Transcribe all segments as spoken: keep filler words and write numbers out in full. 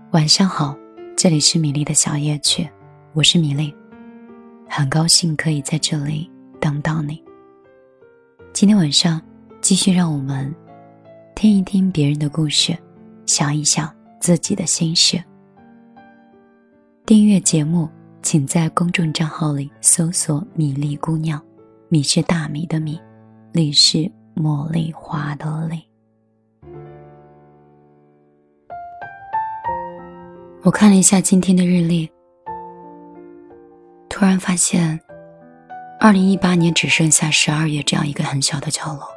晚上好，这里是米粒的小夜曲，我是米粒，很高兴可以在这里等到你。今天晚上继续让我们听一听别人的故事，想一想自己的心事。订阅节目请在公众账号里搜索米粒姑娘，米是大米的米，粒是茉莉花的粒。我看了一下今天的日历，突然发现二零一八年只剩下十二月这样一个很小的角落。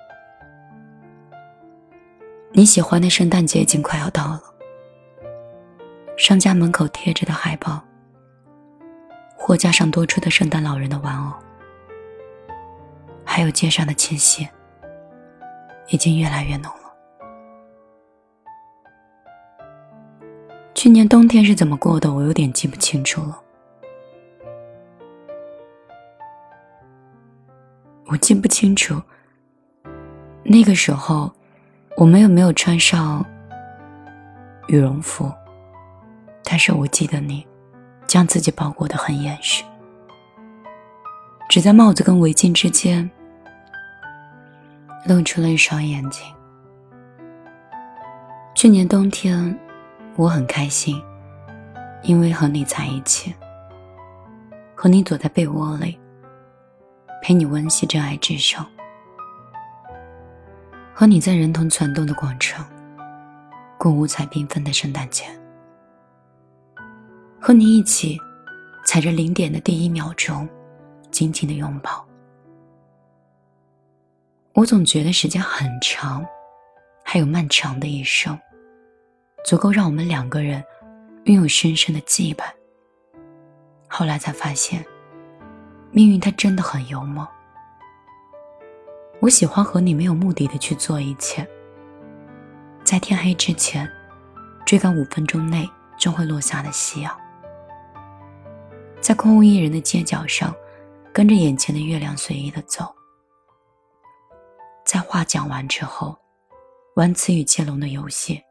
你喜欢的圣诞节已经快要到了，商家门口贴着的海报，货架上多出的圣诞老人的玩偶，还有街上的气息已经越来越浓了。去年冬天是怎么过的，我有点记不清楚了。我记不清楚那个时候我们有没有穿上羽绒服，但是我记得你将自己包裹得很严实，只在帽子跟围巾之间露出了一双眼睛。去年冬天我很开心，因为和你在一起，和你躲在被窝里，陪你温习真爱之声，和你在人头攒动的广场过五彩缤纷的圣诞节，和你一起踩着零点的第一秒钟紧紧的拥抱。我总觉得时间很长，还有漫长的一生，足够让我们两个人拥有深深的羁绊。后来才发现，命运它真的很幽默。我喜欢和你没有目的的去做一切，在天黑之前追赶五分钟内就会落下的夕阳，在空无一人的街角上跟着眼前的月亮随意的走，在话讲完之后玩词语接龙的游戏，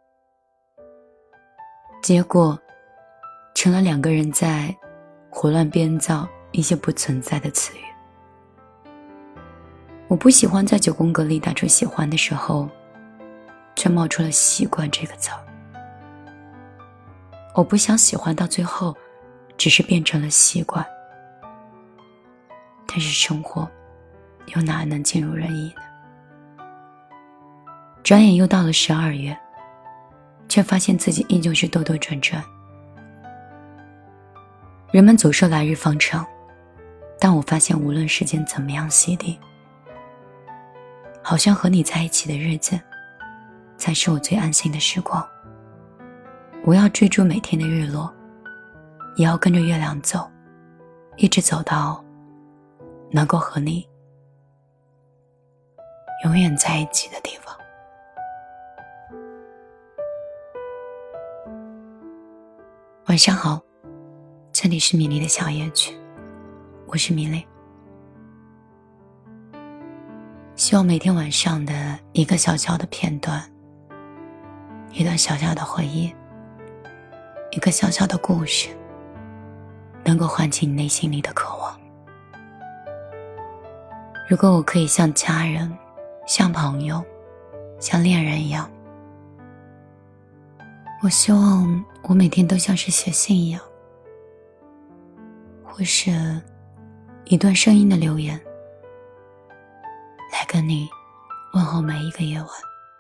结果成了两个人在胡乱编造一些不存在的词语。我不喜欢在九宫格里打出喜欢的时候却冒出了习惯这个词儿，我不想喜欢到最后只是变成了习惯，但是生活又哪能尽如人意呢？转眼又到了十二月，却发现自己依旧是兜兜转转。人们总说来日方长，但我发现无论时间怎么样洗涤，好像和你在一起的日子才是我最安心的时光。我要追逐每天的日落，也要跟着月亮走，一直走到能够和你永远在一起的地方。晚上好，这里是米粒的小夜曲，我是米粒。希望每天晚上的一个小小的片段，一段小小的回忆，一个小小的故事，能够唤起你内心里的渴望。如果我可以像家人，像朋友，像恋人一样，我希望我每天都像是写信一样，或是一段声音的留言，来跟你问候每一个夜晚。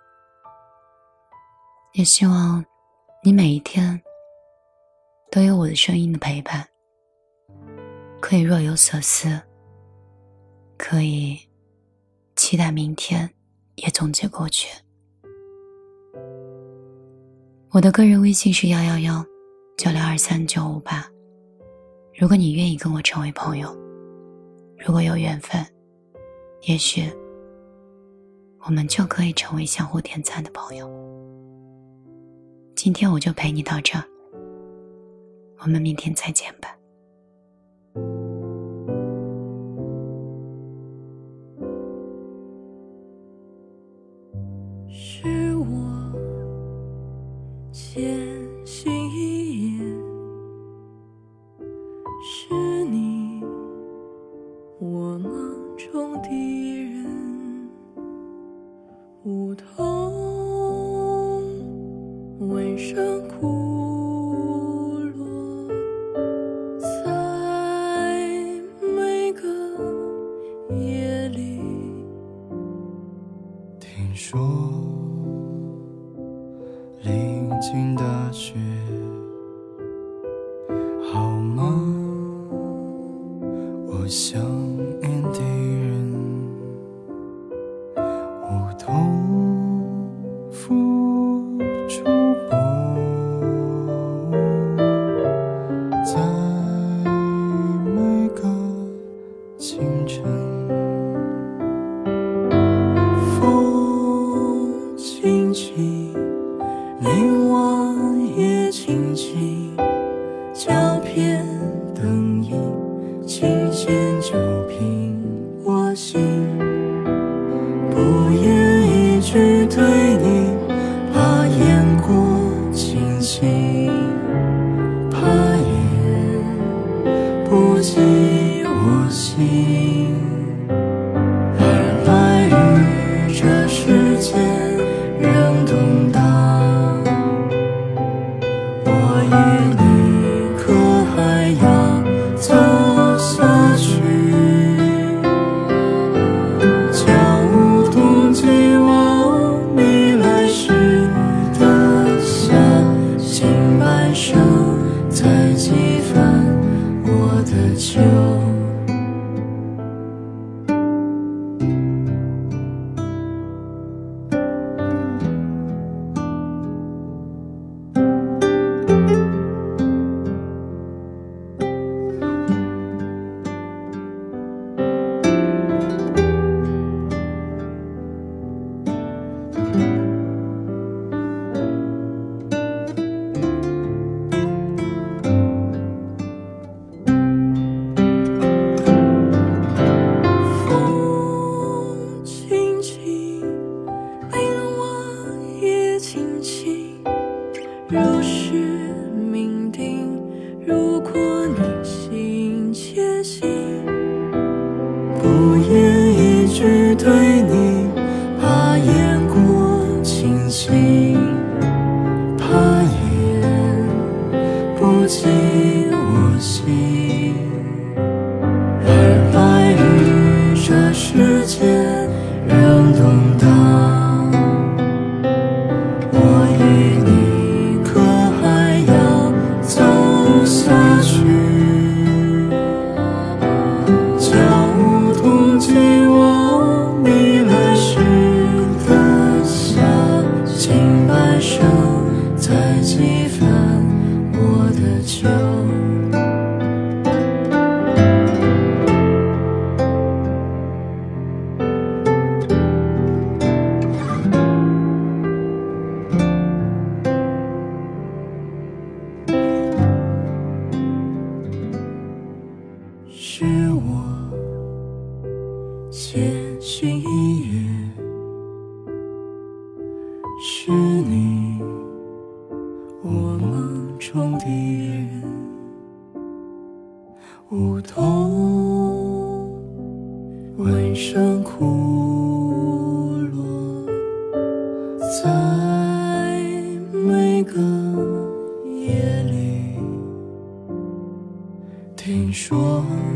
也希望你每一天都有我的声音的陪伴，可以若有所思，可以期待明天也总结过去。我的个人微信是幺幺幺九六二三九五八，如果你愿意跟我成为朋友，如果有缘分，也许我们就可以成为相互点赞的朋友。今天我就陪你到这儿，我们明天再见吧。 是我牵云上枯落，在每个夜里。 听说临近大雪，好吗？我想念的人，无痛付出过，在每个清晨。 风轻轻，凝望也轻轻，胶片灯影琴弦就凭我心，不言一句对你，怕言过轻轻，怕言不及我心。而来日这世间仍动荡，我与你可还要走下去，将冬寄望你来时的夏，请半生再几番我的秋。若是命定，如果你心且行，不言一句对你，怕言过轻轻，怕言不及我心。而来日这世间仍动荡，我与你可还要走下去，将冬寄望你来时的夏，请半生再几番我的秋。是我渐行一月，是你我梦中的人，梧桐吻上枯落，在每个夜里。听说